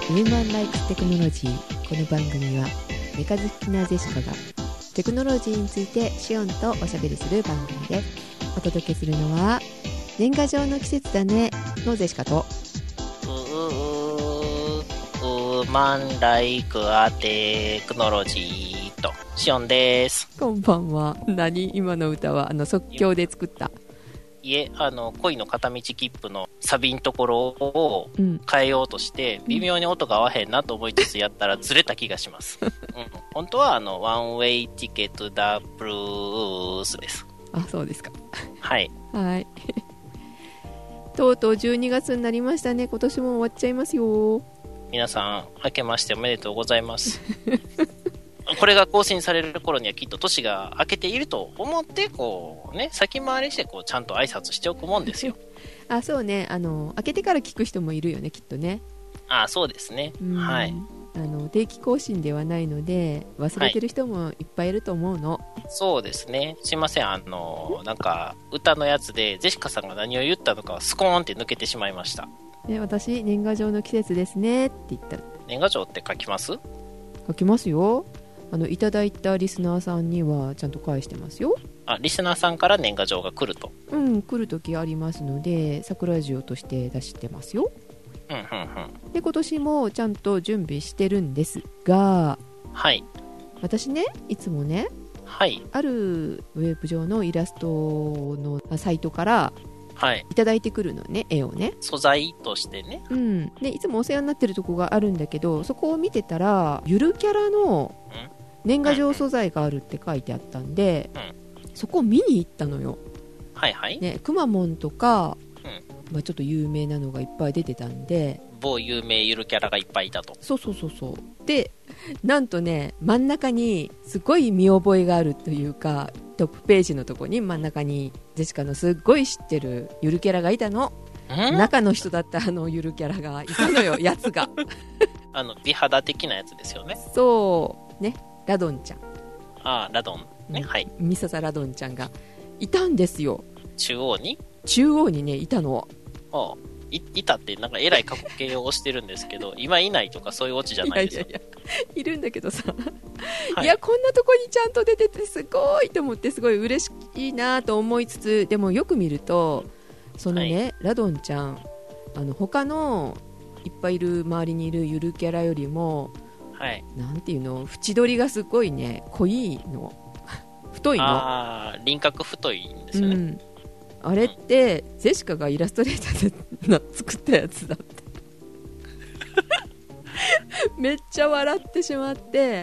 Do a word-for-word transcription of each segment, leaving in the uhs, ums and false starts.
ウーマンライクステクノロジー。この番組はメカ好きなジェシカがテクノロジーについてシオンとおしゃべりする番組です。お届けするのは年賀状の季節だねのジェシカとウーマンライクアテクノロジーとシオンです。 こんばんは。何今の歌はあの即興で作った？ いえ、あの恋の片道切符のサビのところを変えようとして、うん、微妙に音が合わへんなと思いつつやったらずれた気がします、うん、本当はあのワンウェイティケットダブルースです。 あ、そうですか。 はいはいとうとうじゅうにがつになりましたね。今年も終わっちゃいますよ。 皆さん明けましておめでとうございますこれが更新される頃にはきっと年が明けていると思ってこうね、先回りしてこうちゃんと挨拶しておくもんですよあ、そうね。あの明けてから聞く人もいるよね、きっとね。 あ、そうですね。はい。 あの定期更新ではないので忘れてる人もいっぱいいると思うの、はい、 そうですね。すいません、あのなんか歌のやつでジェシカさんが何を言ったのかスコーンって抜けてしまいました。 で、私年賀状の季節ですねって言ったら。 年賀状って書きます？ 書きますよ。あのいただいたリスナーさんにはちゃんと返してますよ。 あ、リスナーさんから年賀状が来ると。 うん、来るときありますので桜ジオとして出してますよ。 うんうんうん。で今年もちゃんと準備してるんですが、 はい。 私ね、いつもね、 はい。 あるウェブ上のイラストのサイトからはい、 いただいてくるのね、絵をね、 素材としてね、 うん、でいつもお世話になってるとこがあるんだけど、そこを見てたらゆるキャラの年賀状素材があるって書いてあったんで、うん、そこを見に行ったのよ。 はいはいね、 くまモンとか、うん、まあ、ちょっと有名なのがいっぱい出てたんで、 某有名ゆるキャラがいっぱいいたと。 そうそうそうそう。でなんとね、真ん中にすごい見覚えがあるというか、トップページのとこに真ん中にジェシカのすっごい知ってるゆるキャラがいたの。中の人だったあのゆるキャラがいたのよやつがあの美肌的なやつですよね。 そうね、ラドンちゃん。 ああ、ラドンね、うん、はい。 ミササラドンちゃんがいたんですよ。 中央に中央にね、いたの。 ああ、い, いたってなんかえらい過去形をしてるんですけど今いないとかそういうオチじゃないですよ。 いやいやいや、いるんだけどさ、 はい、 いやこんなとこにちゃんと出ててすごいと思って、すごい嬉しいなと思いつつ、でもよく見るとそのね、はい、ラドンちゃん、あの他のいっぱいいる周りにいるゆるキャラよりも、 はい、 なんていうの、縁取りがすごいね、濃いの太いの。 ああ、輪郭太いんですよね、うん、 あれって、うん、ジェシカがイラストレーターで作ったやつだってめっちゃ笑ってしまって、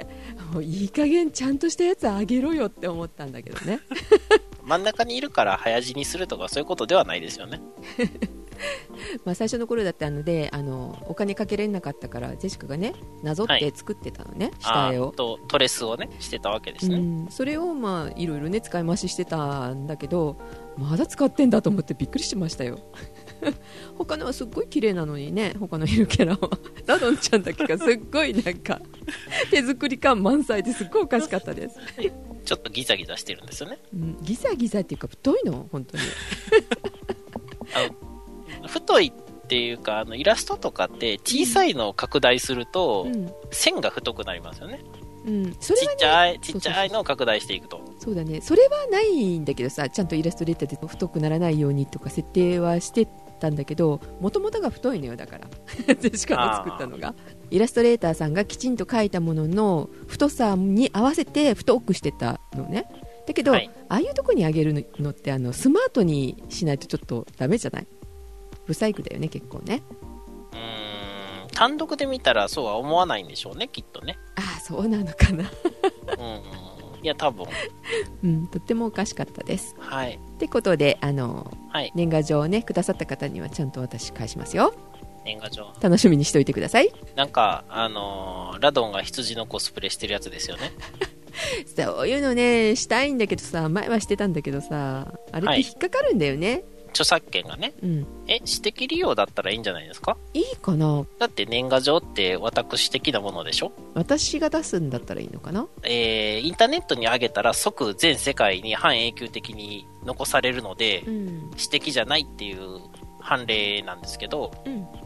もういい加減ちゃんとしたやつあげろよって思ったんだけどね真ん中にいるから早死にするとかそういうことではないですよねまあ最初の頃だったので、あのお金かけれなかったからジェシカがねなぞって作ってたのね、はい、下絵をとトレスをねしてたわけですね、うん、 それをまあいろいろね使い回ししてたんだけど、まだ使ってんだと思ってびっくりしましたよ他のはすっごい綺麗なのにね、他のいるキャラはラドンちゃんだけがすっごいなんか手作り感満載ですっごいおかしかったですちょっとギザギザしてるんですよね、 うん、ギザギザっていうか太いの本当にあの太いっていうか、あのイラストとかって小さいのを拡大すると、うん、線が太くなりますよね、うん、それはね、ちっちゃいちっちゃいのを拡大していくと。 そうだね、それはないんだけどさ、ちゃんとイラストレーターで太くならないようにとか設定はしてたんだけど、もともとが太いのよ、だからジェシカの作ったのが。イラストレーターさんがきちんと描いたものの太さに合わせて太くしてたのね。だけど、はい、ああいうとこにあげるのってあのスマートにしないとちょっとダメじゃない？ブサイクだよね、結構ね。 うーん、単独で見たらそうは思わないんでしょうね、きっとね。 ああ、そうなのかなうん、いや多分、 うん、とってもおかしかったです。 はい。 ってことで、あの、 はい、 年賀状をねくださった方にはちゃんと私返しますよ。 年賀状楽しみにしておいてください。 なんかあのー、ラドンが羊のコスプレしてるやつですよねそういうのねしたいんだけどさ、前はしてたんだけどさ、あれって引っかかるんだよね、はい、 著作権がね、うん、え、私的利用だったらいいんじゃないですか？ いいかな。 だって年賀状って私的なものでしょ。 私が出すんだったらいいのかな。 えー、インターネットに上げたら即全世界に半永久的に残されるので、うん、私的じゃないっていう判例なんですけど、うん、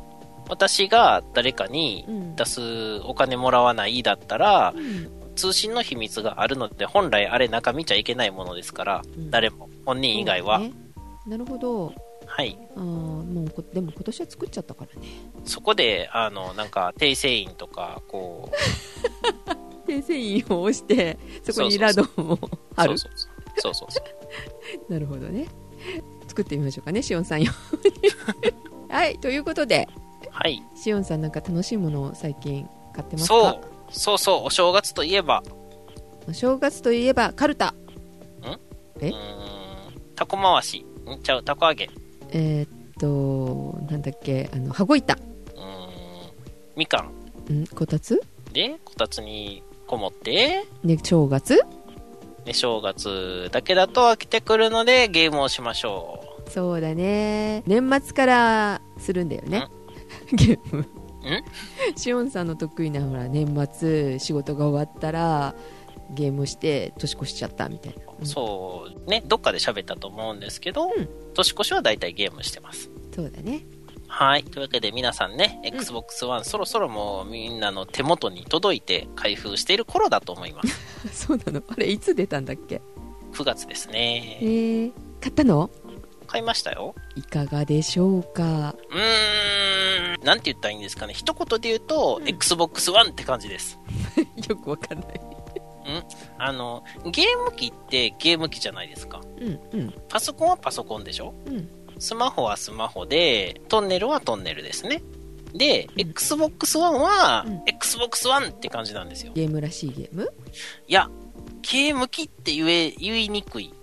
私が誰かに出すお金もらわないだったら、うん、通信の秘密があるので、本来あれ中見ちゃいけないものですから、うん、誰も、本人以外は。ね、 なるほど。 はい。 あもうでも今年は作っちゃったからね。 そこで、あの、なんか、訂正印とか、こう。訂正印を押して、そこにラドンを貼る。 そうそうそう。そうそうそう。 なるほどね。作ってみましょうかね、しおんさんよ。はい、ということで。 はい。 しおんさんなんか楽しいものを最近買ってますか？ そう。そうそう。お正月といえば。 お正月といえば、カルタ。んえうーん。タコ回し。んちゃう、タコ揚げ。 えー、っと、なんだっけ、あの、羽子板。うーん。みかん。 んこたつで、こたつにこもって。 ね、正月ね、正月だけだと飽きてくるので、ゲームをしましょう。そうだね。年末からするんだよね。ゲーム。んしおんさんの得意なほら年末仕事が終わったらゲームして年越しちゃったみたいな、 うん、そうね、どっかで喋ったと思うんですけど、うん、年越しはだいたいゲームしてます。 そうだね。 はい、というわけで皆さんね、うん、エックスボックスワン そろそろもうみんなの手元に届いて開封している頃だと思います。 そうなの？あれいつ出たんだっけ？ くがつですね。 えー、買ったの？ 買いましたよ。 いかがでしょうか？ うーん、なんて言ったらいいんですかね。一言で言うと、うん、エックスボックスワン って感じです。 よくわかんない。 んあの、ゲーム機ってゲーム機じゃないですか。 うんうん。 パソコンはパソコンでしょ？うん。スマホはスマホで、トンネルはトンネルですね。で、うん、エックスボックスワン は、うん、エックスボックスワン って感じなんですよ。 ゲームらしいゲーム？ いや、ゲーム機って言え、言いにくい。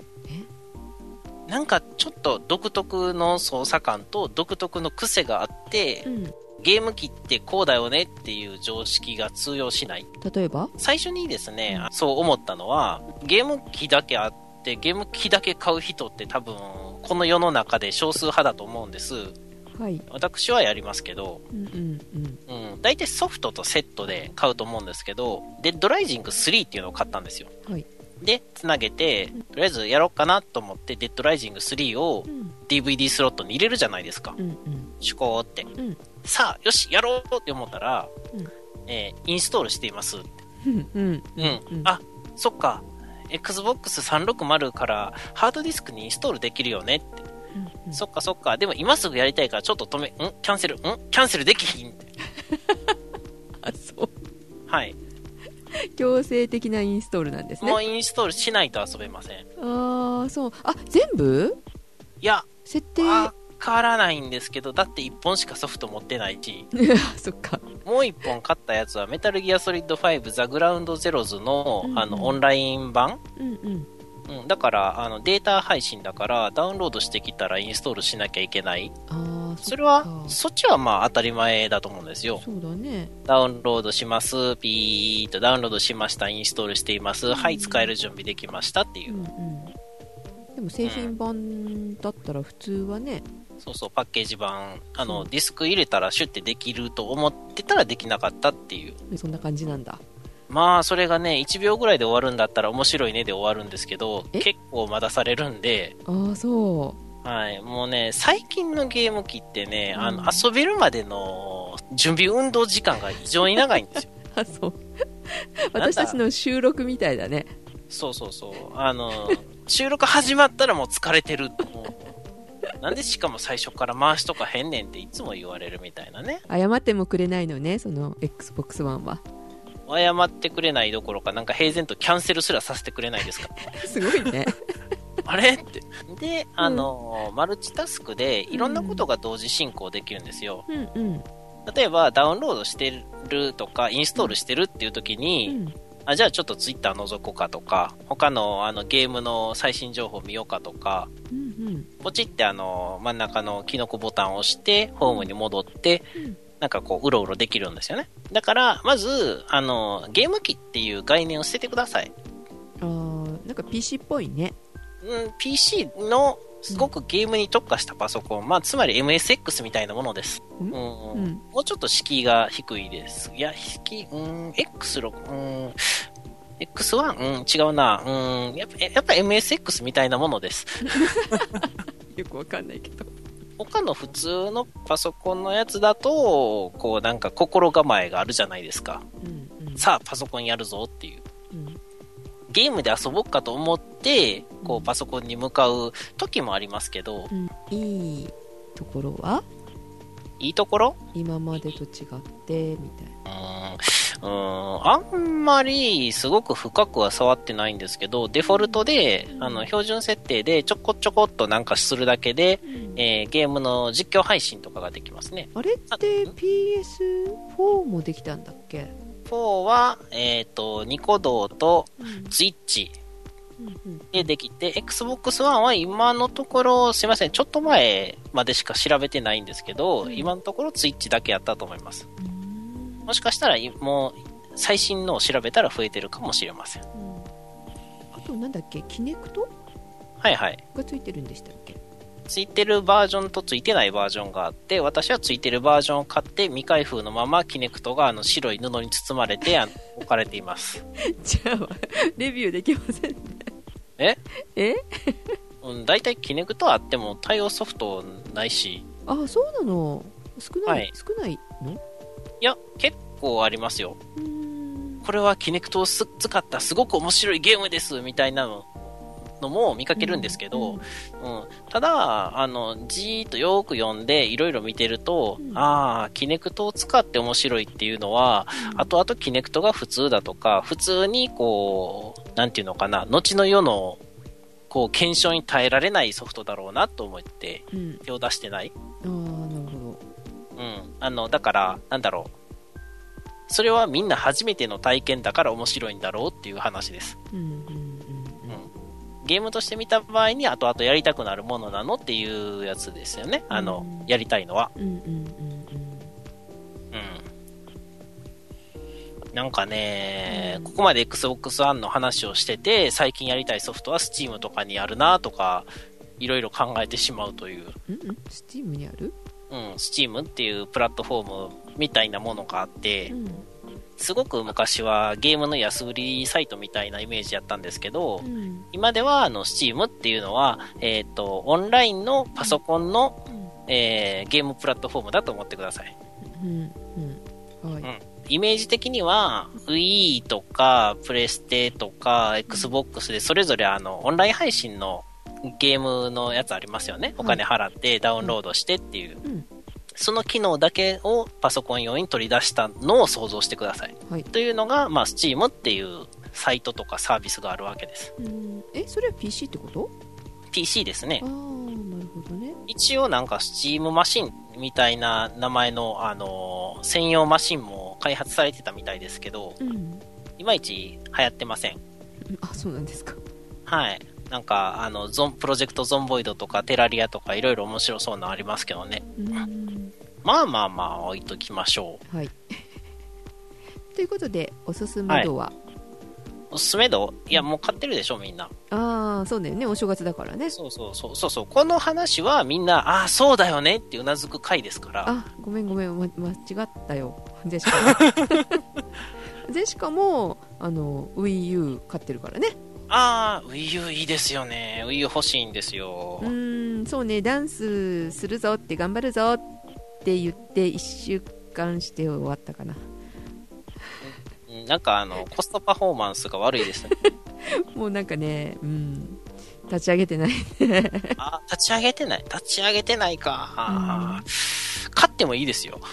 なんかちょっと独特の操作感と独特の癖があって、うん、ゲーム機ってこうだよねっていう常識が通用しない。 例えば？ 最初にですね、うん、そう思ったのは、ゲーム機だけあってゲーム機だけ買う人って多分この世の中で少数派だと思うんです。 はい、 私はやりますけど、 うんうんうんうん、大体ソフトとセットで買うと思うんですけど、デッドライジングスリーっていうのを買ったんですよ。 はい、 で、つなげて、とりあえずやろうかなと思って、デッドライジングスリーを ディーブイディー スロットに入れるじゃないですか。 うんうん、 趣向って、うん。さあ、よし、やろうって思ったら、うん、えー、インストールしていますって。 うんうんうん。あ、そっか。エックスボックスさんびゃくろくじゅう からハードディスクにインストールできるよねって。うんうん、そっかそっか。でも今すぐやりたいからちょっと止め、んキャンセルんキャンセルできひんって。 あ、そう。 はい。 強制的なインストールなんですね。 もうインストールしないと遊べません。 ああ、そう。あ、全部？ いや、 設定わからないんですけど、だっていっぽんしかソフト持ってないし。 そっか。 もういっぽん買ったやつはメタルギアソリッドファイブザグラウンドゼロズの、うんうん、あのオンライン版、 うんうんうん、だからあのデータ配信だからダウンロードしてきたらインストールしなきゃいけない。 あ、 それはそっちはまあ当たり前だと思うんですよ。 そうだね。 ダウンロードします、ピーッとダウンロードしました、インストールしています、うん、はい使える準備できましたっていう、うんうん、 でも製品版だったら普通はね、 うん、そうそうパッケージ版あのディスク入れたらシュッてできると思ってたらできなかったっていう。 そんな感じなんだ。 まあそれがねいちびょうぐらいで終わるんだったら面白いねで終わるんですけど、結構待たされるんで。 ああ、そう。 はい、もうね最近のゲーム機ってね、うん、あの遊べるまでの準備運動時間が異常に長いんですよ。 あ、そう。私たちの収録みたいだね。 そうそうそう。あの収録始まったらもう疲れてる。もうなんでしかも最初から回しとかへんねんっていつも言われるみたいなね。 謝ってもくれないのね、その エックスボックスワン は。 謝ってくれないどころかなんか平然とキャンセルすらさせてくれないですか。 すごいね。 あれって。で、あの、うん、マルチタスクでいろんなことが同時進行できるんですよ。 うんうん、 例えばダウンロードしてるとかインストールしてるっていう時に、うん、あじゃあちょっとツイッター覗こうかとか、他のあのゲームの最新情報見ようかとか、 うんうん、 ポチってあの真ん中のキノコボタンを押してホームに戻って、うん、なんかこううろうろできるんですよね。だからまずあのゲーム機っていう概念を捨ててください。 あー、なんか ピーシー っぽいね。 うん、ピーシー のすごくゲームに特化したパソコン、うん、まあつまり エムエスエックス みたいなものです。うんうん、もうちょっと敷居が低いです。いや敷居、うん エックスろく、うん エックスワン、うん、違うな、うん、やっぱ、やっぱ エムエスエックス みたいなものです。 よくわかんないけど。 他の普通のパソコンのやつだと、こうなんか心構えがあるじゃないですか。うんうん、さあ、パソコンやるぞっていう。うん、ゲームで遊ぼうかと思って、こうパソコンに向かう時もありますけど。 うん、いいところはいいところ今までと違ってみたいな。うーん、あんまりすごく深くは触ってないんですけど、デフォルトで、あの、標準設定でちょこちょこっとなんかするだけで、うん、えー、ゲームの実況配信とかができますね。 あれって ピーエスフォー もできたんだっけ？ フォー は、えっと、ニコ動とツイッチでできて、うんうんうん、Xbox One は今のところ、すいません、ちょっと前までしか調べてないんですけど、うん、今のところツイッチだけやったと思います。もしかしたらもう最新のを調べたら増えてるかもしれません。うん、 あとなんだっけ、キネクトはいはいがついてるんでしたっけ？ ついてるバージョンとついてないバージョンがあって、私はついてるバージョンを買って未開封のままキネクトがあの白い布に包まれてあの置かれています。 じゃあレビューできませんね。 ええうん、だいたいキネクトあっても対応ソフトないし。 あ、そうなの。少ない、はい、少ないの？ いや、結構ありますよ。うーん、これはキネクトを使ったすごく面白いゲームですみたいなののも見かけるんですけど、うんうん、ただあのじーっとよーく読んでいろいろ見てると、うん、ああキネクトを使って面白いっていうのは、うん、後々キネクトが普通だとか普通にこうなんていうのかな、後の世のこう検証に耐えられないソフトだろうなと思って手を出してない、 うん、ああなるほど。 うん、あのだからなんだろう、それはみんな初めての体験だから面白いんだろうっていう話です、うんうんうんうん、ゲームとして見た場合に後々やりたくなるものなのっていうやつですよね、あの、うん、やりたいのは、うんうんうんうん、うん、なんかね、うん、ここまで Xbox One の話をしてて最近やりたいソフトは Steam とかにあるなとかいろいろ考えてしまうという。 うんうん、Steam にある？ うん、Steam っていうプラットフォームみたいなものがあって、うん、すごく昔はゲームの安売りサイトみたいなイメージやったんですけど、うん、今ではあの Steam っていうのは、えっと、オンラインのパソコンの、うん、えー、ゲームプラットフォームだと思ってください。うんうんはい、うん、イメージ的には Wii とかプレステとか Xbox でそれぞれあのオンライン配信のゲームのやつありますよね、お金払ってダウンロードしてっていう、うん、その機能だけをパソコン用に取り出したのを想像してください、はい、というのが、まあ、Steam っていうサイトとかサービスがあるわけです。 うん、え、それは ピーシー ってこと？ ピーシー ですね。 ああ、なるほどね。 一応なんか Steam マシンみたいな名前の、あのー、専用マシンも開発されてたみたいですけど、うん、いまいち流行ってません。 あ、そうなんですか。 はい。なんかあのゾンプロジェクトゾンボイドとかテラリアとかいろいろ面白そうなのありますけどね。うん、まあまあまあ置いときましょう。 はいということでおすすめ度は、はい、 おすすめ度、いやもう買ってるでしょみんな。 ああそうだよね、お正月だからね。 そうそうそうそうそう、この話はみんなああそうだよねってうなずく回ですから。 あ、ごめんごめん、ま、間違ったよジェシカジェシカもあの Wii U 買ってるからね。 ああ Wii U いいですよね。 Wii U 欲しいんですよ。 うーん、そうね、ダンスするぞって頑張るぞって言っていっしゅうかんして終わったかな。 なんかあのコストパフォーマンスが悪いですねもうなんかね、うん、立ち上げてないあ、立ち上げてない立ち上げてないか、うん、買ってもいいですよ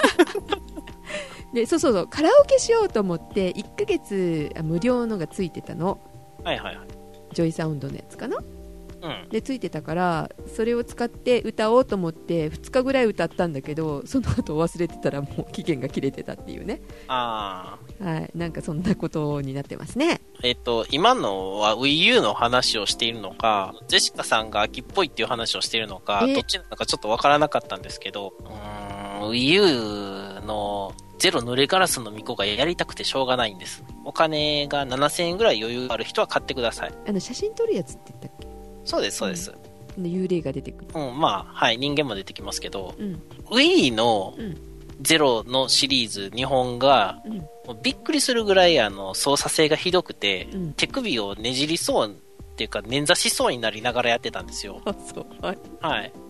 で、そうそうそう、カラオケしようと思っていっかげつ無料のがついてたの。 はいはいはい。 ジョイサウンドのやつかな、 うん、 でついてたからそれを使って歌おうと思ってふつかぐらい歌ったんだけど、その後忘れてたらもう期限が切れてたっていうね。 ああ、はい、なんかそんなことになってますね。 えっと今のは Wii U の話をしているのか、ジェシカさんが秋っぽいっていう話をしているのか、どっちなのかちょっとわからなかったんですけど、うーん Wii U のゼロ濡れガラスの巫女がやりたくてしょうがないんです。お金がななせんえんぐらい余裕ある人は買ってください。 あの写真撮るやつって言ったっけ？ そうですそうです、 うん、幽霊が出てくる。 うん、まあはい、人間も出てきますけど、うん、Wii のゼロのシリーズにほんが、うん、もうびっくりするぐらいあの操作性がひどくて、うん、手首をねじりそうっていうか捻挫しそうになりながらやってたんですよ。 あ、そう、はい、 はい、うん、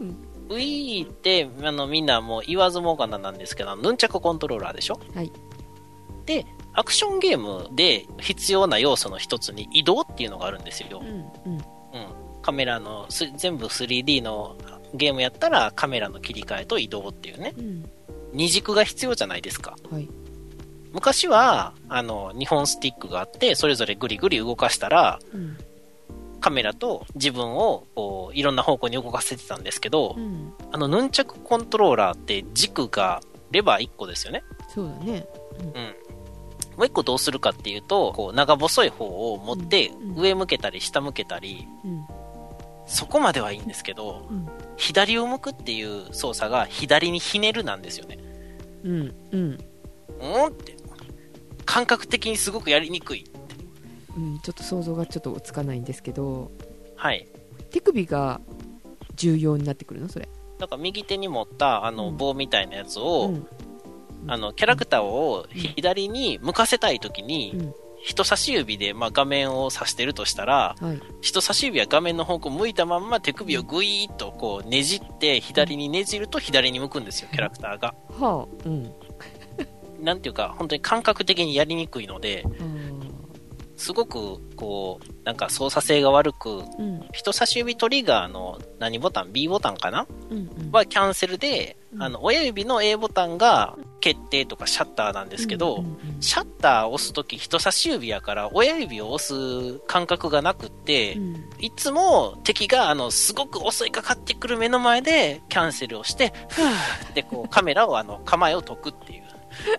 Wii って、あの、みんなもう言わずもがななんですけど、ヌンチャクコントローラーでしょ？ はい。 で、アクションゲームで必要な要素の一つに移動っていうのがあるんですよ。 うんうん。 うん。カメラの、全部 スリーディー のゲームやったらカメラの切り替えと移動っていうね。うん、二軸が必要じゃないですか。 はい。 昔は、あの、にほんスティックがあって、それぞれグリグリ動かしたら、うん、カメラと自分をこういろんな方向に動かせてたんですけど、うん、あのヌンチャクコントローラーって軸がレバーいっこですよね。 そうだね。 うん。うん、もういっこどうするかっていうと、こう長細い方を持って上向けたり下向けたり、うんうん、そこまではいいんですけど、うん、左を向くっていう操作が左にひねるなんですよね。 うんうん。 うんって感覚的にすごくやりにくい。 うん、ちょっと想像がちょっとつかないんですけど、 はい、 手首が重要になってくるのそれ？ だから右手に持ったあの棒みたいなやつを、うん、あのキャラクターを左に向かせたいときに、うん、人差し指でまあ画面を指してるとしたら、はい、人差し指は画面の方向向いたまんま手首をグイーッとこうねじって左にねじると左に向くんですよ、キャラクターが。 はあ、うん。 なんていうか本当に感覚的にやりにくいので、すごくこうなんか操作性が悪く、うん、人差し指トリガーの何ボタン B ボタンかな、うんうん、はキャンセルで、うん、あの親指の A ボタンが決定とかシャッターなんですけど、うんうんうん、シャッターを押すとき人差し指やから親指を押す感覚がなくって、うん、いつも敵があのすごく襲いかかってくる目の前でキャンセルをしてふーってこうカメラをあの構えを解くっていう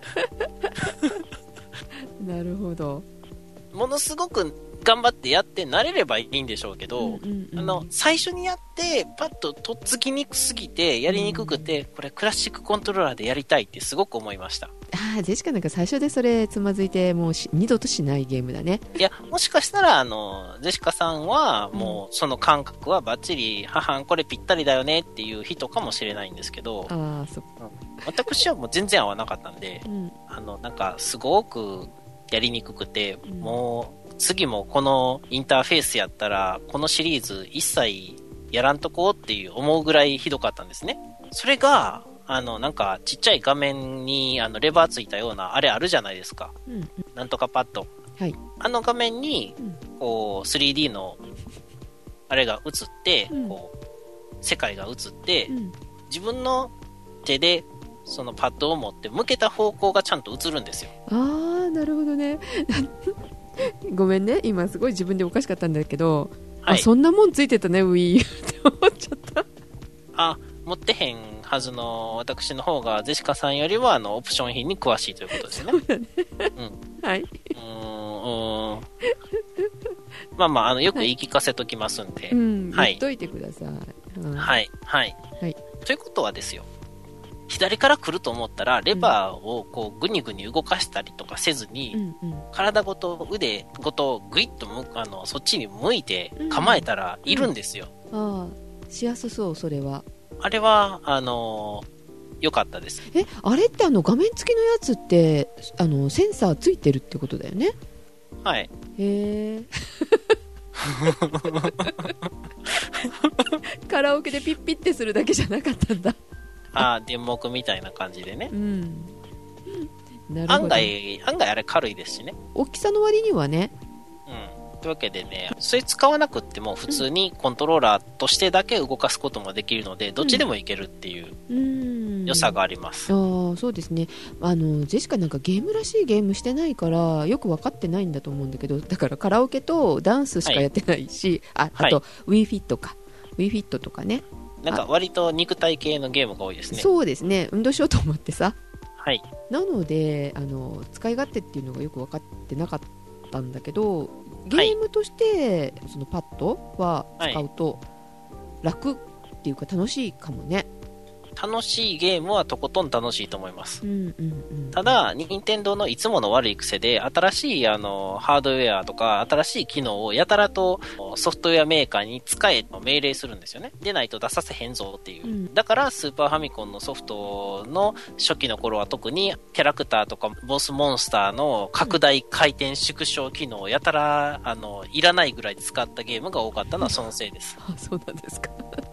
なるほど。 ものすごく頑張ってやって慣れればいいんでしょうけど、うんうんうん、あの最初にやってパッととっつきにくすぎてやりにくくて、うん、これクラシックコントローラーでやりたいってすごく思いました。 ああ、ジェシカなんか最初でそれつまずいてもう二度としないゲームだね。 いや、もしかしたらあのジェシカさんはもうその感覚はバッチリ、母んこれぴったりだよねっていう人かもしれないんですけど、 あそっか、 うん、私はもう全然合わなかったんで、うん、あのなんかすごくやりにくくて、うん、もう次もこのインターフェースやったらこのシリーズ一切やらんとこうっていう思うぐらいひどかったんですね。それがあのなんかちっちゃい画面にあのレバーついたようなあれあるじゃないですか、うん、なんとかパッド、はい、あの画面にこう スリーディー のあれが映って、うん、こう世界が映って、うん、自分の手でそのパッドを持って向けた方向がちゃんと映るんですよ。 あー、なるほどねごめんね、今すごい自分でおかしかったんだけど、はい、あ、そんなもんついてたね Wii って思っちゃった。 あ、持ってへんはずの私の方がジェシカさんよりはあのオプション品に詳しいということですね。 そうだね、うん、はい、うーん、うーんまあまあ、あのよく言い聞かせときますんで、はい、うん、 言っといてください、 うん、はいはい、はい、ということはですよ、左から来ると思ったらレバーをこうグニグニ動かしたりとかせずに、うんうん、体ごと腕ごとグイッとむあのそっちに向いて構えたらいるんですよ、 うんうん、ああ、しやすそう。それはあれはあの良かったです。 え、あれってあの画面付きのやつってあのセンサーついてるってことだよね。 はい。 へえカラオケでピッピッてするだけじゃなかったんだ。 ああ、電目みたいな感じでね、うん、 なるほど。 案外案外あれ軽いですしね、 大きさの割にはね。 うん、というわけでね、それ使わなくっても普通にコントローラーとしてだけ動かすこともできるので、どっちでもいけるっていう良さがあります、うん、 ああ、そうですね。あのジェシカなんかゲームらしいゲームしてないからよく分かってないんだと思うんだけど、だからカラオケとダンスしかやってないし、はい、あ, あと、はい、WeFit か WeFit とかね、 なんか割と肉体系のゲームが多いですね。 そうですね、運動しようと思ってさ、 はい、 なのであの使い勝手っていうのがよく分かってなかったんだけど、ゲームとして、はい、そのパッドは使うと楽っていうか楽しいかもね。 楽しいゲームはとことん楽しいと思います、 うんうんうん、 ただ任天堂のいつもの悪い癖で新しいあのハードウェアとか新しい機能をやたらとソフトウェアメーカーに使えと命令するんですよね。でないと出させへんぞっていう、うん、だからスーパーファミコンのソフトの初期の頃は特にキャラクターとかボスモンスターの拡大回転縮小機能をやたらあのいらないぐらい使ったゲームが多かったのはそのせいです。 あ、そうなんですか。 は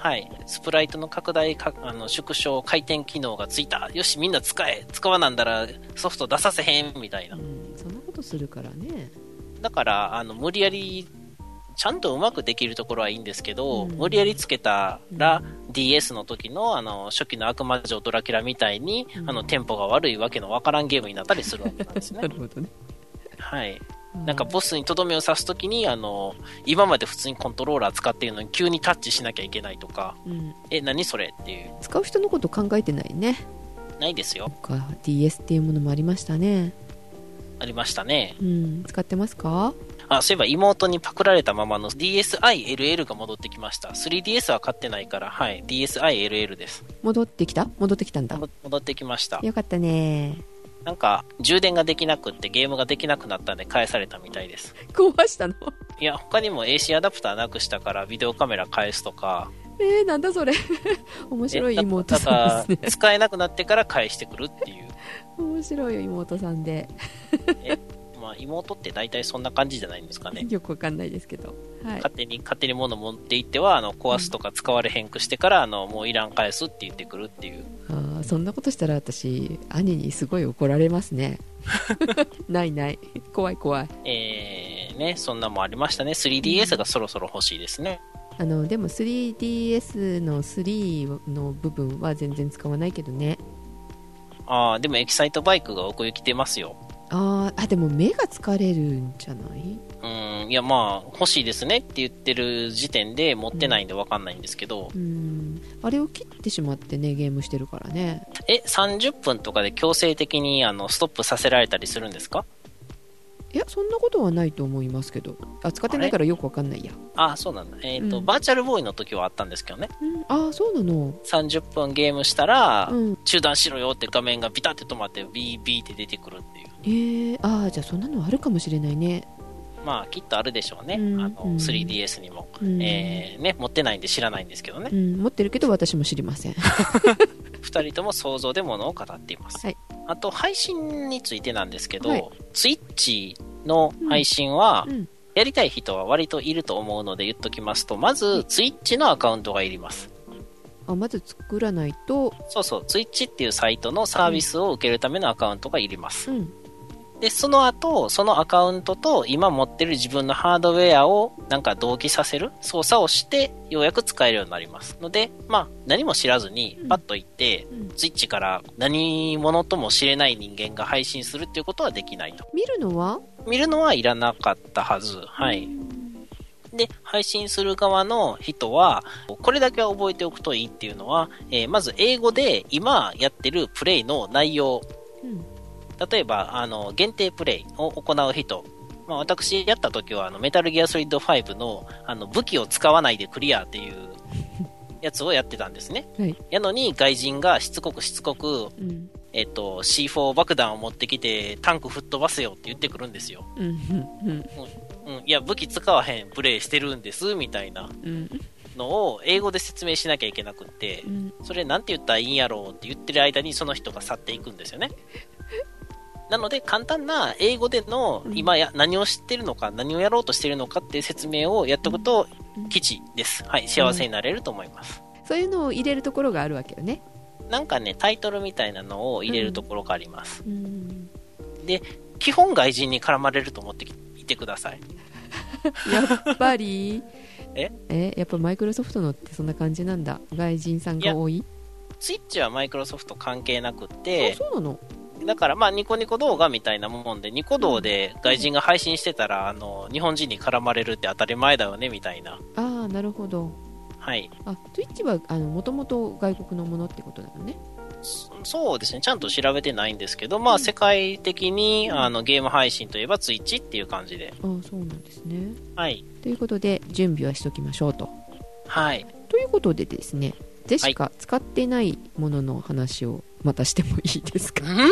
はい、スプライトの拡大かあの縮小回転機能がついた、よしみんな使え、使わなんだらソフト出させへんみたいな、うん、 そんなことするからね。 だからあの無理やりちゃんとうまくできるところはいいんですけど、うん、無理やりつけたら、うん、ディーエス の時の、あの初期の悪魔城ドラキュラみたいに、うん、あのテンポが悪いわけのわからんゲームになったりするわけなんですね。 なるほどね。 はい。なんかボスにとどめを刺すときにあの今まで普通にコントローラー使っているのに急にタッチしなきゃいけないとか、うん、え何それっていう。 使う人のこと考えてないね。 ないですよ。 か ディーエス っていうものもありましたね。 ありましたね、 うん、使ってますか？ あ、そういえば妹にパクられたままの ディーエスアイエルエル が戻ってきました。 スリーディーエス は買ってないから、はい、ディーエスアイエルエル です。 戻ってきた戻ってきたんだ。 戻ってきました。 よかったね。 なんか充電ができなくってゲームができなくなったんで返されたみたいです。 壊したの？ いや他にも エーシー アダプターなくしたからビデオカメラ返すとか。 えー、なんだそれ面白い妹さんですね。 使えなくなってから返してくるっていう面白いよ妹さんでえ、まあ、妹って大体そんな感じじゃないんですかね。 よくわかんないですけど、はい、 勝手に勝手に物持っていってはあの壊すとか使われへんくしてから、うん、あのもういらん返すって言ってくるっていう。 あ、そんなことしたら私兄にすごい怒られますねないない怖い怖い。 えーね、そんなもありましたね。 スリーディーエス がそろそろ欲しいですね。 あのでも スリーディーエス のスリーの部分は全然使わないけどね。 ああ、でもエキサイトバイクが奥行きてますよ。 ああ、でも目が疲れるんじゃない？ うん、いやまあ欲しいですねって言ってる時点で持ってないんで分かんないんですけど、 うん、うんあれを切ってしまってねゲームしてるからね。 え、さんじゅっぷんとかで強制的にあのストップさせられたりするんですか？ いやそんなことはないと思いますけど、あ使ってないからよくわかんないや。 ああ、そうなんだ。えっ、ー、と、うん、バーチャルボーイの時はあったんですけどね、 うん、ああそうなの。 さんじゅっぷんゲームしたら、うん、中断しろよって画面がビタって止まってビービーって出てくるっていう。 えー、ああじゃあそんなのあるかもしれないね。 まあきっとあるでしょうね、うん、あの、うん、スリーディーエス にも、うんえーね、持ってないんで知らないんですけどね、うん、 持ってるけど私も知りませんふたりとも想像でものを語っています、はい、あと配信についてなんですけど、はい、Twitch の配信は、うんうん、やりたい人は割といると思うので言っときますと、まず Twitch のアカウントがいります。 あ、まず作らないと。 そうそう、Twitch っていうサイトのサービスを受けるためのアカウントがいります、うんで、その後、そのアカウントと今持ってる自分のハードウェアをなんか同期させる操作をして、ようやく使えるようになりますので、まあ、何も知らずにパッと行って、うん、ツイッチから何者とも知れない人間が配信するっていうことはできないと。 見るのは見るのはいらなかったはず。はい。で、配信する側の人は、これだけは覚えておくといいっていうのは、えー、まず英語で今やってるプレイの内容、うん例えば、あの、限定プレイを行う人。まあ、私やった時は、あの、メタルギアソリッドファイブの、あの、武器を使わないでクリアっていうやつをやってたんですね。はい、やのに、外人がしつこくしつこく、うん、えっと、シーフォー 爆弾を持ってきて、タンク吹っ飛ばせよって言ってくるんですよ。うんうんうん、いや、武器使わへんプレイしてるんです、みたいな。うんのを英語で説明しなきゃいけなくって、うん、それなんて言ったらいいんやろうって言ってる間にその人が去っていくんですよね。なので簡単な英語での今や何を知ってるのか何をやろうとしてるのかっていう説明をやっておくと吉です、はい、幸せになれると思います、 うん、そういうのを入れるところがあるわけよね。 なんかねタイトルみたいなのを入れるところがあります、うん、で基本外人に絡まれると思っていてくださいやっぱりええやっぱマイクロソフトのってそんな感じなんだ。外人さんが多い。 ツイッチはマイクロソフト関係なくって。 あ、そうなの。 だからまあニコニコ動画みたいなもんでニコ動で外人が配信してたらあの日本人に絡まれるって当たり前だよねみたいな。 ああなるほど。 はい。 あ、Twitch はあの元々外国のものってことなのね。 そ, そうですね。ちゃんと調べてないんですけど、まあ、うん、世界的にあのゲーム配信といえば Twitch っていう感じで。 ああそうなんですね。 はい。 ということで準備はしときましょうと。 はい。 ということでですね。ジェシカ、はい、使ってないものの話をまたしてもいいですか？ん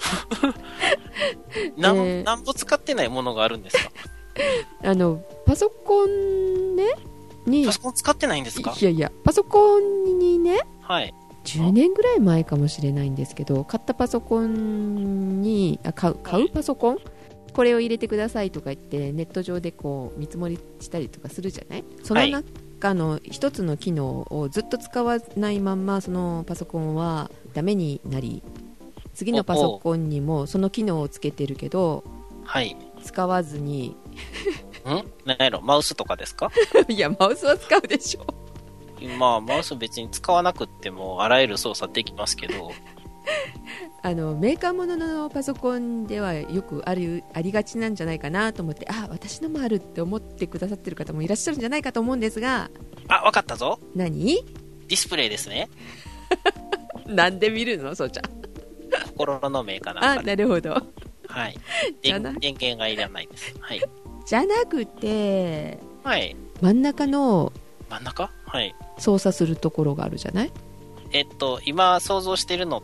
な、えー、何ぼ使ってないものがあるんですか？ あのパソコンねにパソコン使ってないんですか？ いやいやパソコンにね、 はい、 じゅうねんぐらい前かもしれないんですけど買ったパソコンにあ買う、買うパソコンこれを入れてくださいとか言ってネット上でこう見積もりしたりとかするじゃない。その中かの一つの機能をずっと使わないまんまそのパソコンはダメになり、次のパソコンにもその機能をつけてるけど、 はい、 使わずにん何やろ、マウスとかですか？ いやマウスは使うでしょ。 まあマウス別に使わなくってもあらゆる操作できますけどあのメーカーもののパソコンではよくあるありがちなんじゃないかなと思って、あ私のもあるって思ってくださってる方もいらっしゃるんじゃないかと思うんですが、 あ分かったぞ。 何？ ディスプレイですね。 なんで見るのそうちゃん。 心のメーカーなんか、 あなるほど。 はい。電源がいらないです。はい。 じゃなくて、 はい。 真ん中の真ん中？はい。 操作するところがあるじゃない？ えっと、今想像してるのって、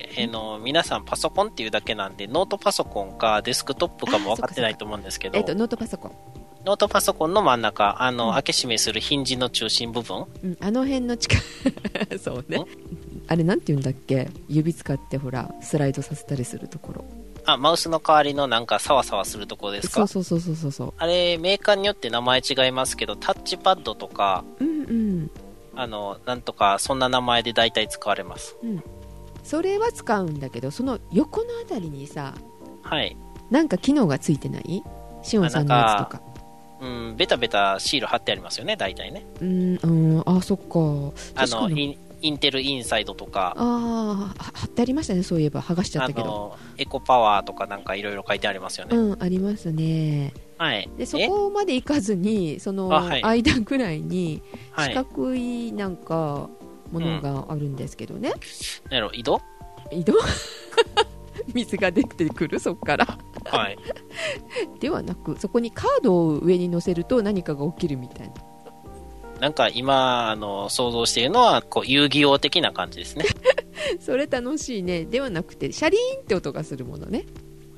えの皆さんパソコンっていうだけなんで、ノートパソコンかデスクトップかも分かってないと思うんですけど、 えっと、ノートパソコン。 ノートパソコンの真ん中、あの、うん、開け閉めするヒンジの中心部分、 うん、あの辺の近くそうね、あれなんて言うんだっけ、指使ってほらスライドさせたりするところ、 あ、マウスの代わりのなんかサワサワするところですか？ そうそうそうそうそう。 あれメーカーによって名前違いますけど、タッチパッドとか、 うんうん、 あのなんとかそんな名前で大体使われます、 うん、それは使うんだけど、その横のあたりにさ、 はい、 なんか機能がついてない？しおんさんのやつとか、 うん、ベタベタシール貼ってありますよね、大体ね。 うん、うん、あ、そっか。 あのインインテルインサイドとか、 ああ、貼ってありましたね。そういえば剥がしちゃったけど、あのエコパワーとかなんかいろいろ書いてありますよね。 うん、ありますね。 はい、 でそこまでいかずに、その間ぐらいに四角いなんかものがあるんですけどね、はい、 うん、なるほど、井戸井戸水が出てくる、そこからはい、 ではなく、そこにカードを上に乗せると何かが起きるみたいな。 なんか今あの想像しているのはこう遊戯王的な感じですね。 それ楽しいね。ではなくてシャリーンって音がするものね。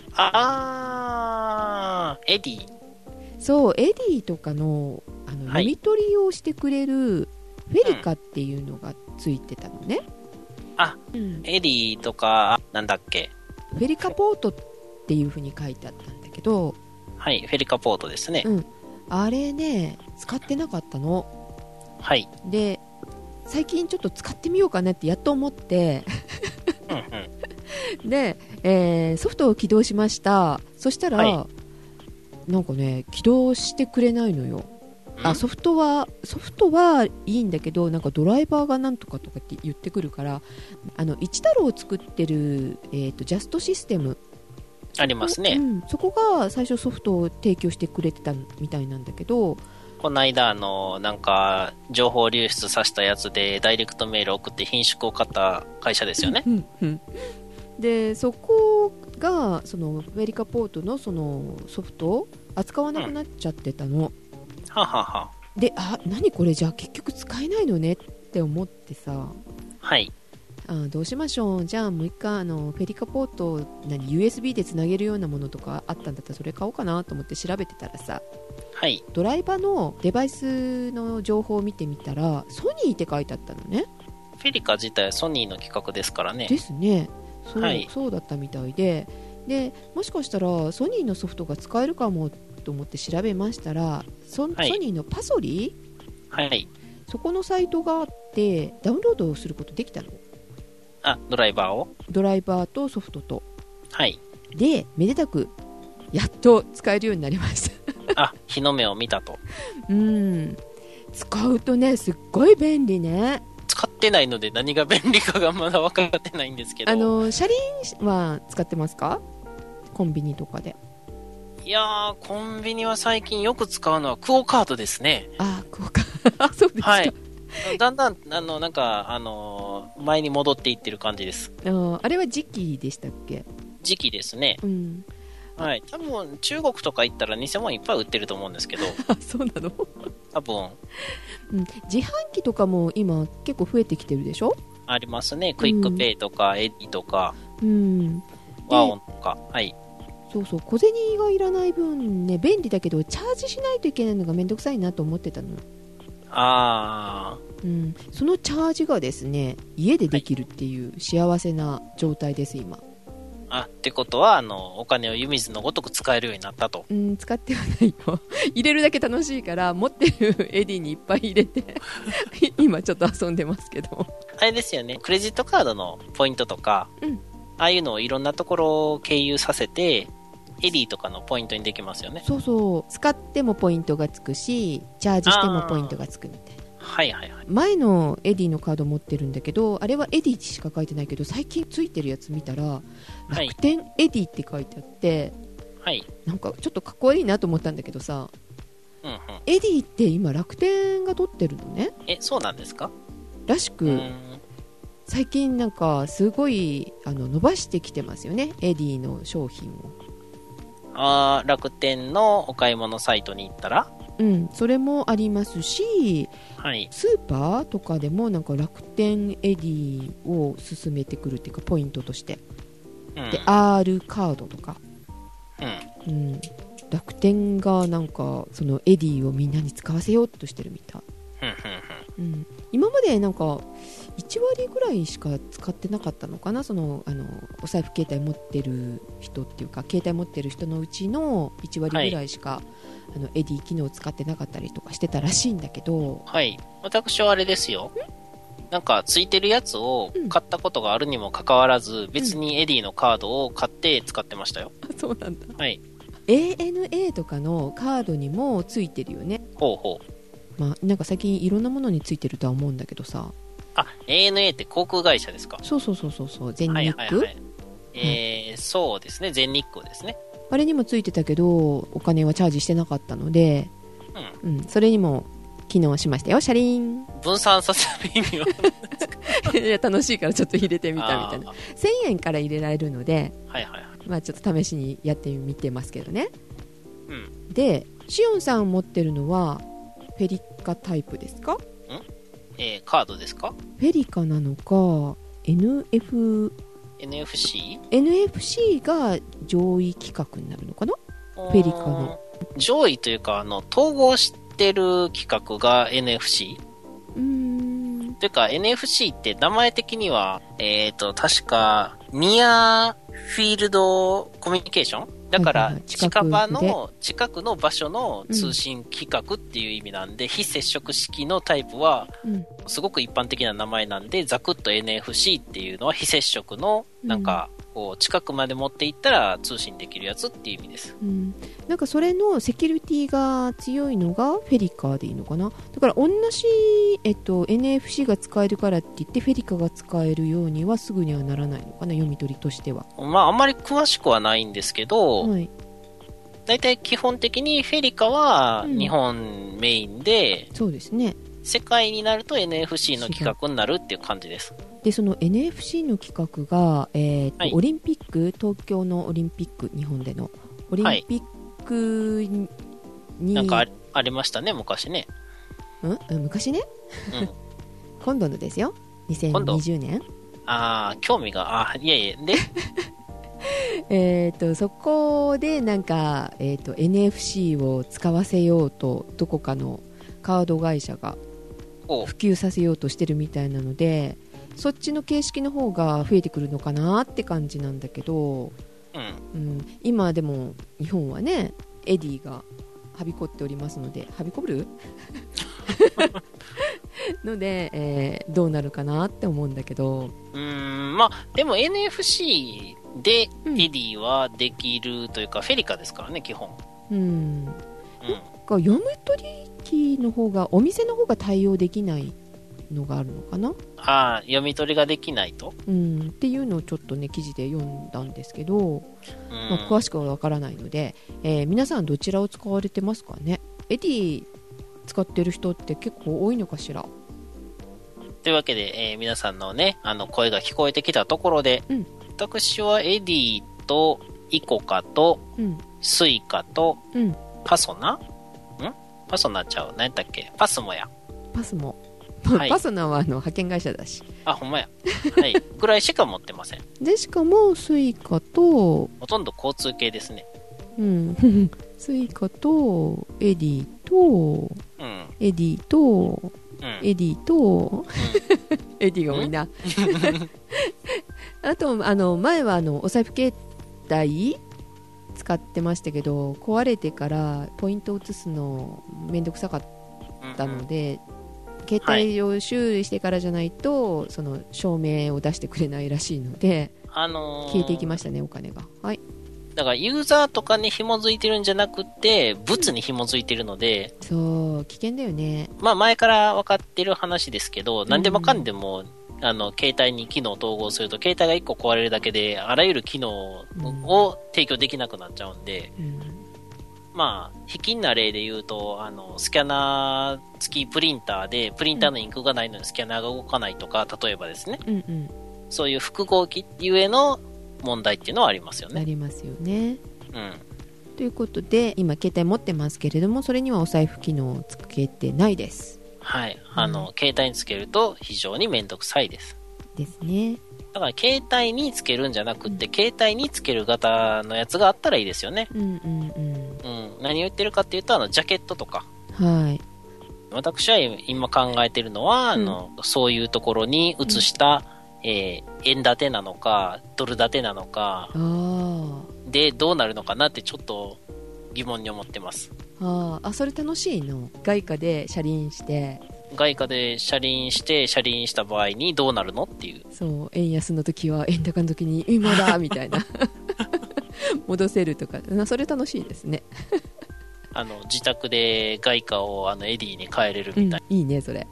あー、エディ。 そう、エディとかの、あの、はい、読み取りをしてくれるフェリカっていうのがついてたのね、うん、 あ、うん、エディとかなんだっけ、 フェリカポートっていう風に書いてあったんだけど、 はい、フェリカポートですね、 うん、あれね使ってなかったの。 はい。 で最近ちょっと使ってみようかなってやっと思ってうん、 うん、で、えー、ソフトを起動しました。そしたら、はい、なんかね起動してくれないのよ。あ、ソフトはソフトはいいんだけど、なんかドライバーがなんとかとかって言ってくるから、あの一太郎を作ってる、えーと、ジャストシステムありますね、 うん、そこが最初ソフトを提供してくれてたみたいなんだけど、 この間あのなんか情報流出させたやつでダイレクトメール送って品縮を買った会社ですよね。 うんうん、でそこがそのアメリカポートのそのソフトを扱わなくなっちゃってたの、うん、 ははは。 で、あ、何これじゃあ結局使えないのねって思ってさ、 はい、 あ、どうしましょう、じゃあもう一回あのフェリカポート何 ユーエスビー でつなげるようなものとかあったんだったらそれ買おうかなと思って調べてたらさ、 はい、 ドライバーのデバイスの情報を見てみたらソニーって書いてあったのね。 フェリカ自体はソニーの企画ですからね。 ですね。そう、 はい、 そうだったみたいで、でもしかしたらソニーのソフトが使えるかもと思って調べましたら、ソ、はい、ソニーのパソリ、 はい、 そこのサイトがあってダウンロードをすることできたの。 あ、ドライバーをドライバーとソフトと、 はい、 でめでたくやっと使えるようになりましたあ、日の目を見たと。 うん、使うとねすっごい便利ね。 使ってないので何が便利かがまだ分かってないんですけど、 あの車輪は使ってますか？コンビニとかで。 いやー、コンビニは最近よく使うのはクオカードですね。 あ、クオカードそうですか。はい、 だんだんあのなんかあの前に戻っていってる感じです。 あ、あれは時期でしたっけ？ 時期ですね、 うん、 はい、多分中国とか行ったら偽物いっぱい売ってると思うんですけどそうなの多分、 うん、自販機とかも今結構増えてきてるでしょ。 ありますね。クイックペイとか、うん、エディとか、 うん、 ワオンとか、はい、 そうそう、小銭がいらない分ね便利だけどチャージしないといけないのがめんどくさいなと思ってたの。 あー、うん、そのチャージがですね家でできるっていう幸せな状態です今。 あ、ってことは、あの、お金を湯水のごとく使えるようになったと。 うん、使ってはないよ。入れるだけ楽しいから、持ってるエディにいっぱい入れて、今ちょっと遊んでますけど。 あれですよね、クレジットカードのポイントとか、うん、ああいうのをいろんなところを経由させて、エディとかのポイントにできますよね。 そうそう。使ってもポイントがつくし、チャージしてもポイントがつくみたいな。 はいはいはい。 前のエディのカード持ってるんだけど、あれはエディしか書いてないけど、最近ついてるやつ見たら、楽天エディって書いてあって、はい、なんかちょっとかっこいいなと思ったんだけどさ、うんうん、エディって今楽天が取ってるのね。 え、そうなんですか？ らしく、最近なんかすごいあの伸ばしてきてますよね、エディの商品を。 あー、楽天のお買い物サイトに行ったら、 うん、それもありますし、 はい、 スーパーとかでもなんか楽天エディを進めてくるっていうか、ポイントとして、うん、で R カードとか、うんうん、楽天がなんかそのエディをみんなに使わせようとしてるみたい、うん、今までなんかいち割ぐらいしか使ってなかったのかな、そのあのお財布携帯持ってる人っていうか、携帯持ってる人のうちのいち割ぐらいしか、はい、あのエディ機能を使ってなかったりとかしてたらしいんだけど、 はい、私はあれですよ、なんかついてるやつを買ったことがあるにもかかわらず、うん、別にエディのカードを買って使ってましたよ。 あ、そうなんだ。 はい、 エーエヌエー とかのカードにもついてるよね。 ほうほう、まあ、なんか最近いろんなものについてるとは思うんだけどさ。 あ、エーエヌエー って航空会社ですか？ そうそうそうそうそう、全日空、はいはいはい、 えー、そうですね、全日空ですね。 あれにもついてたけどお金はチャージしてなかったので、うんうん、それにも機能しましたよ。シャリーン。 分散させる意味はいや、楽しいからちょっと入れてみたみたいな。せんえんから入れられるので、はいはいはい、まあ、ちょっと試しにやってみてますけどね、うん、でシオンさん持ってるのはフェリカタイプですか？ん、 えー、カードですか？ フェリカなのか エヌエフエヌエフシー？ エヌエフシー が上位規格になるのかな。フェリカの上位というか、あの統合してる規格が エヌエフシー？ うーん、というか エヌエフシー って名前的には、えっと確かニアフィールドコミュニケーションだから、近場の近くの場所の通信規格っていう意味なんで、うん、非接触式のタイプはすごく一般的な名前なんで、ザクッと エヌエフシー っていうのは非接触のなんかこう近くまで持っていったら通信できるやつっていう意味です、 うん、なんかそれのセキュリティが強いのがフェリカでいいのかな。だから同じ、えっと、エヌエフシー が使えるからって言ってフェリカが使えるようにはすぐにはならないのかな、読み取りとしては。 まああんまり詳しくはないんですけど、はい、だいたい基本的にフェリカは日本メインで、 うん、そうですね、 世界になると エヌエフシー の規格になるっていう感じです。 でその エヌエフシー の規格が、えーとはい、オリンピック、東京のオリンピック、日本でのオリンピックに、はい、 なんか あ, ありましたね昔ね。 ん昔ね、うん、今度のですよ、にせんにじゅうねん。 ああ、興味が、あ、いやいや、でえーとそこでなんか、えーと エヌエフシー を使わせようとどこかのカード会社が普及させようとしてるみたいなので、そっちの形式の方が増えてくるのかなって感じなんだけど、うんうん、今でも日本はねエディがはびこっておりますので、はびこるので、えー、どうなるかなって思うんだけど、 うーん、まあでも エヌエフシー でエディはできるというか、うん、フェリカですからね基本。うん、うん、 読み取り機の方が、お店の方が対応できないのがあるのかな。 ああ、読み取りができないと、 うん、っていうのをちょっとね記事で読んだんですけど、うん、まあ、詳しくはわからないので、えー、皆さんどちらを使われてますかね。エディ使ってる人って結構多いのかしら。 というわけで、えー、皆さんのねあの声が聞こえてきたところで、うん、私はエディとイコカと、うん、スイカと、うん、パソナんパソナちゃう、何やったっけ、パスモや。 パスモ、はい、パソナはあの派遣会社だし。 あ、ほんまや。はい。ぐらいしか持ってません。 で、しかもスイカと、 ほとんど交通系ですね。 うん。スイカと、エディと、うん、エディと、うん、エディと、うん、エディが多いな。 あとあの前はあのお財布携帯使ってましたけど、壊れてからポイントを移すのめんどくさかったので、うんうん、携帯を修理してからじゃないと、はい、その証明を出してくれないらしいので、あのー、消えていきましたね、お金が。はい。 だからユーザーとかに紐づいてるんじゃなくて物に紐づいてるので、 うん、そう危険だよね。 まあ前から分かってる話ですけど、何でもかんでも、うん、あの携帯に機能を統合すると携帯がいっこ壊れるだけであらゆる機能を提供できなくなっちゃうんで、うん、まあ卑近な例で言うと、あのスキャナー付きプリンターでプリンターのインクがないのにスキャナーが動かないとか、例えばですね、うんうん、そういう複合機ゆえの問題っていうのはありますよね。 ありますよね。 うん。 ということで今携帯持ってますけれども、それにはお財布機能をつけてないです。 はい。あの、うん、携帯につけると非常にめんどくさいです。 ですね。 だから携帯につけるんじゃなくって、うん、携帯につける型のやつがあったらいいですよね。 うんうんうん。 うん。何を言ってるかっていうと、あのジャケットとか。 はい。 私は今考えてるのは、うん、あのそういうところに移した、うんえー、円建てなのかドル建てなのかでどうなるのかなってちょっと疑問に思ってます。 ああ、それ楽しいの。外貨で車輪して外貨で車輪して車輪した場合にどうなるのっていう。 そう、円安の時は円高の時に今だみたいな戻せるとか、それ楽しいですねあの自宅で外貨をあのエディに変えれるみたいな、 うん、いいねそれ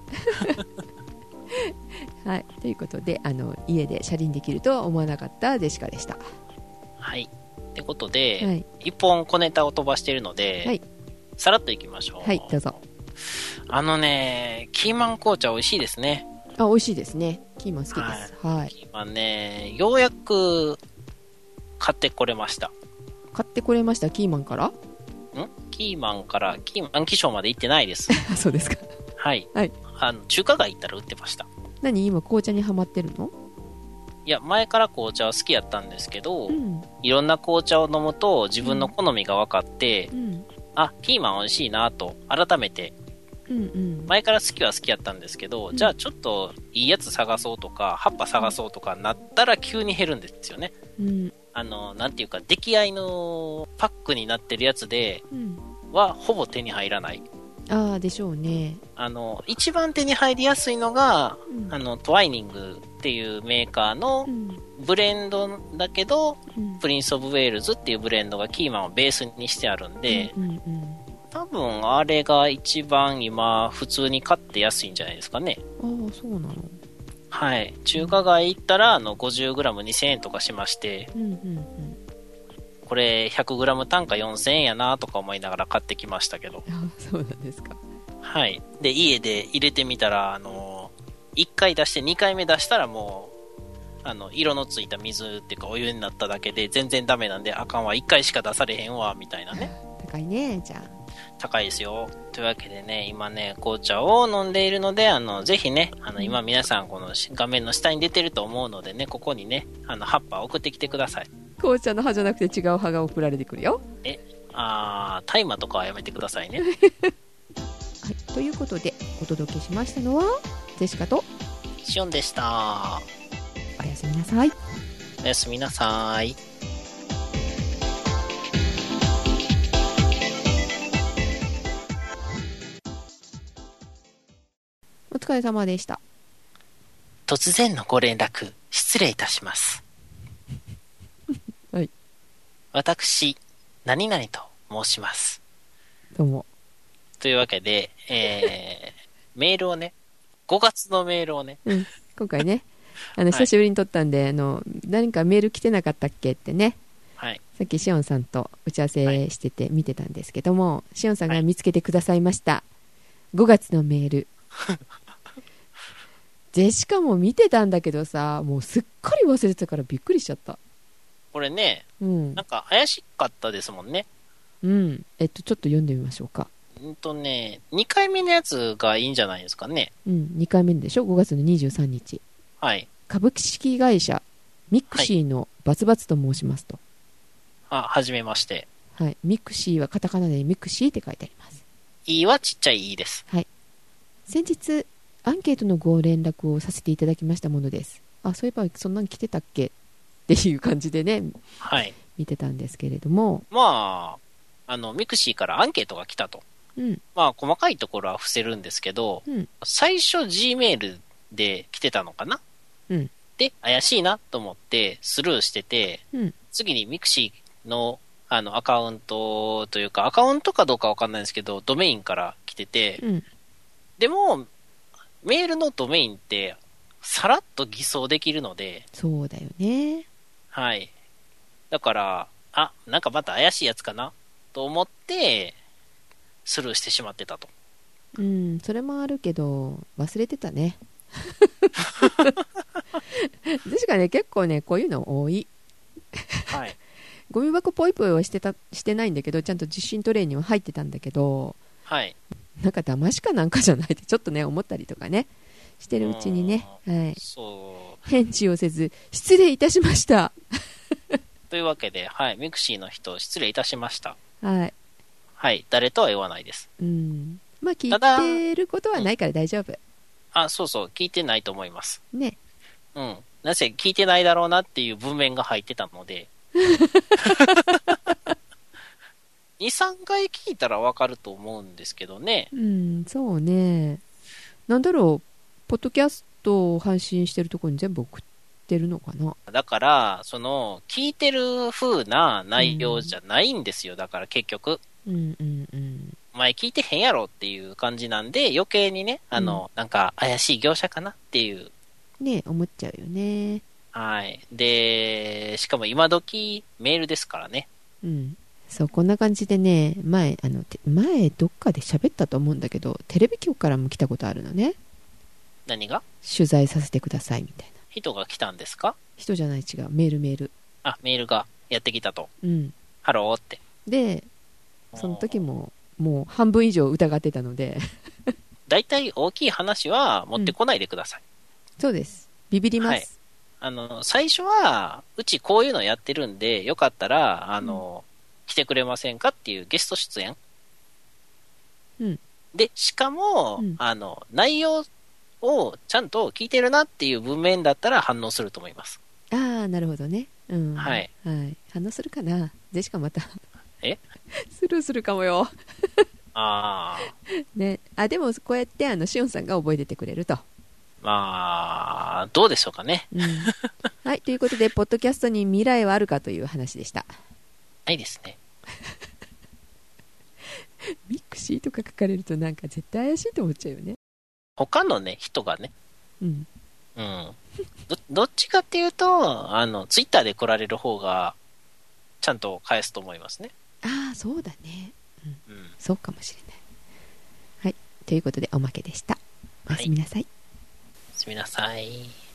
はい、ということであの家で車輪できるとは思わなかったジェシカでした。 はいってことで、はい、一本小ネタを飛ばしているので、はい、さらっといきましょう。 はい、どうぞ。 あのねキーマン紅茶美味しいですね。 あ、美味しいですね。キーマン好きです、はいはい、 キーマンねようやく買ってこれました。 買ってこれました。キーマンからんキーマンからキーマン気象まで行ってないですそうですか。 はい、 はい、 あの中華街行ったら売ってました。 何今紅茶にハマってるの？ いや前から紅茶は好きやったんですけど、うん、いろんな紅茶を飲むと自分の好みが分かって、うん、あピーマン美味しいなと改めて、うんうん、前から好きは好きやったんですけど、うん、じゃあちょっといいやつ探そうとか葉っぱ探そうとかなったら急に減るんですよね、うん、あのなんていうか出来合いのパックになってるやつで、うん、はほぼ手に入らない。 ああでしょうね。 あの一番手に入りやすいのが、うん、あのトワイニングっていうメーカーのブレンドだけど、うん、プリンスオブウェールズっていうブレンドがキーマンをベースにしてあるんで、うんうんうん、多分あれが一番今普通に買って安いんじゃないですかね。 ああそうなの。 はい。中華街行ったらあの ごじゅうグラムにせんえんとかしまして、うんうんうん、これ ひゃくグラム 単価よんせんえんやなとか思いながら買ってきましたけど。 あ、そうなんですか。 はい。で家で入れてみたらあのいっかい出してにかいめ出したらもうあの色のついた水っていうかお湯になっただけで全然ダメなんであかんわいっかいしか出されへんわみたいなね。 高いね。じゃあ高いですよ。というわけでね今ね紅茶を飲んでいるのであのぜひねあの今皆さんこの画面の下に出てると思うのでねここにねあの葉っぱ送ってきてください。 紅茶の葉じゃなくて違う葉が送られてくるよ。 えあー大麻とかはやめてくださいねはい、 ということでお届けしましたのはジェシカとシオンでした。 おやすみなさい。 おやすみなさい。 お疲れ様でした。 突然のご連絡失礼いたしますはい。 私何々と申します。 どうも。 というわけで、えー、メールをねごがつのメールをね、 うん、今回ねあの久しぶりに撮ったんで、はい、あの何かメール来てなかったっけってね、 はい、 さっきシオンさんと打ち合わせしてて見てたんですけども、はい、シオンさんが見つけてくださいました、はい、ごがつのメールジェシカも見てたんだけどさもうすっかり忘れてたからびっくりしちゃった。 これね、うん、なんか怪しかったですもんね。 うんえっとちょっと読んでみましょうか。 うんとねにかいめのやつがいいんじゃないですかね。 うんにかいめでしょ。ごがつのにじゅうさんにち。 はい。 株式会社ミクシーのバツバツと申しますと、 はい、あはじめまして。 はい。ミクシーはカタカナでミクシーって書いてあります。 いはちっちゃいいです。 はい。先日アンケートのご連絡をさせていただきましたものです。あそういえばそんなん来てたっけっていう感じでね、 はい。 見てたんですけれども。 まあ、あの、ミクシーからアンケートが来たと。 うん。 まあ、細かいところは伏せるんですけど、 うん、 最初 Gmail で来てたのかな。 うん。 で、怪しいなと思ってスルーしてて、 うん、 次にミクシーのあのアカウントというか、アカウントかどうかわかんないんですけど、ドメインから来てて、 うん、 でも、メールのドメインって、さらっと偽装できるので、 そうだよね。 はい。だから、あ、なんかまた怪しいやつかなと思って、スルーしてしまってたと。 うん、それもあるけど、忘れてたね。確かね、結構ね、こういうの多い。 はい。 ゴミ箱ポイポイはしてた、してないんだけど、ちゃんと実心トレイには入ってたんだけど、 はい。 なんか騙しかなんかじゃないってちょっとね、思ったりとかね、してるうちにね、はい。 そう。 返事をせず、失礼いたしました。 というわけで、はい。ミクシーの人、失礼いたしました。 はい。 はい。誰とは言わないです。 うん。まあ、聞いてることはないから大丈夫。うん、 あ、そうそう。聞いてないと思います。 ね。 うん。なぜ聞いてないだろうなっていう文面が入ってたので。に、さんかい聞いたらわかると思うんですけどね。 うん、そうね。なんだろう、ポッドキャストを配信してるところに全部送ってるのかな。 だから、その、聞いてる風な内容じゃないんですよ。うん、だから結局。 うんうんうん。 前聞いてへんやろっていう感じなんで、余計にね、あの、うん、なんか怪しい業者かなっていう。 ね、思っちゃうよね。 はい。で、しかも今時メールですからね。 うん。そう、こんな感じでね、前、あの、前どっかで喋ったと思うんだけど、テレビ局からも来たことあるのね。 何が？ 取材させてくださいみたいな。 人が来たんですか？ 人じゃない、違う。メールメール。 あ、メールがやってきたと。 うん。 ハローって。 で、その時も、もう半分以上疑ってたので。 だいたい大きい話は持ってこないでください。 うん、そうです。ビビります。はい。 あの、最初は、うちこういうのやってるんで、よかったら、あの、うん、来てくれませんかっていうゲスト出演。 うん。 で、しかも、うん、あの、内容をちゃんと聞いてるなっていう文面だったら反応すると思います。 ああ、なるほどね。うん。 はい。 はい。反応するかな。でしかまた。 えスルーするかもよ。 ああ。 ね。あ、でもこうやってあのしおんさんが覚えててくれると。 まあ、どうでしょうかね。 うん、はい、ということで、ポッドキャストに未来はあるかという話でした。 ないですね。 ミクシーとか書かれるとなんか絶対怪しいと思っちゃうよね。 他のね、人がね。 うん。 うん。ど、どっちかっていうと、あの、ツイッターで来られる方が、ちゃんと返すと思いますね。 ああ、そうだね。うん。 うん、 そうかもしれない。はい、ということでおまけでした。おやすみなさい。 はい、おやすみなさい。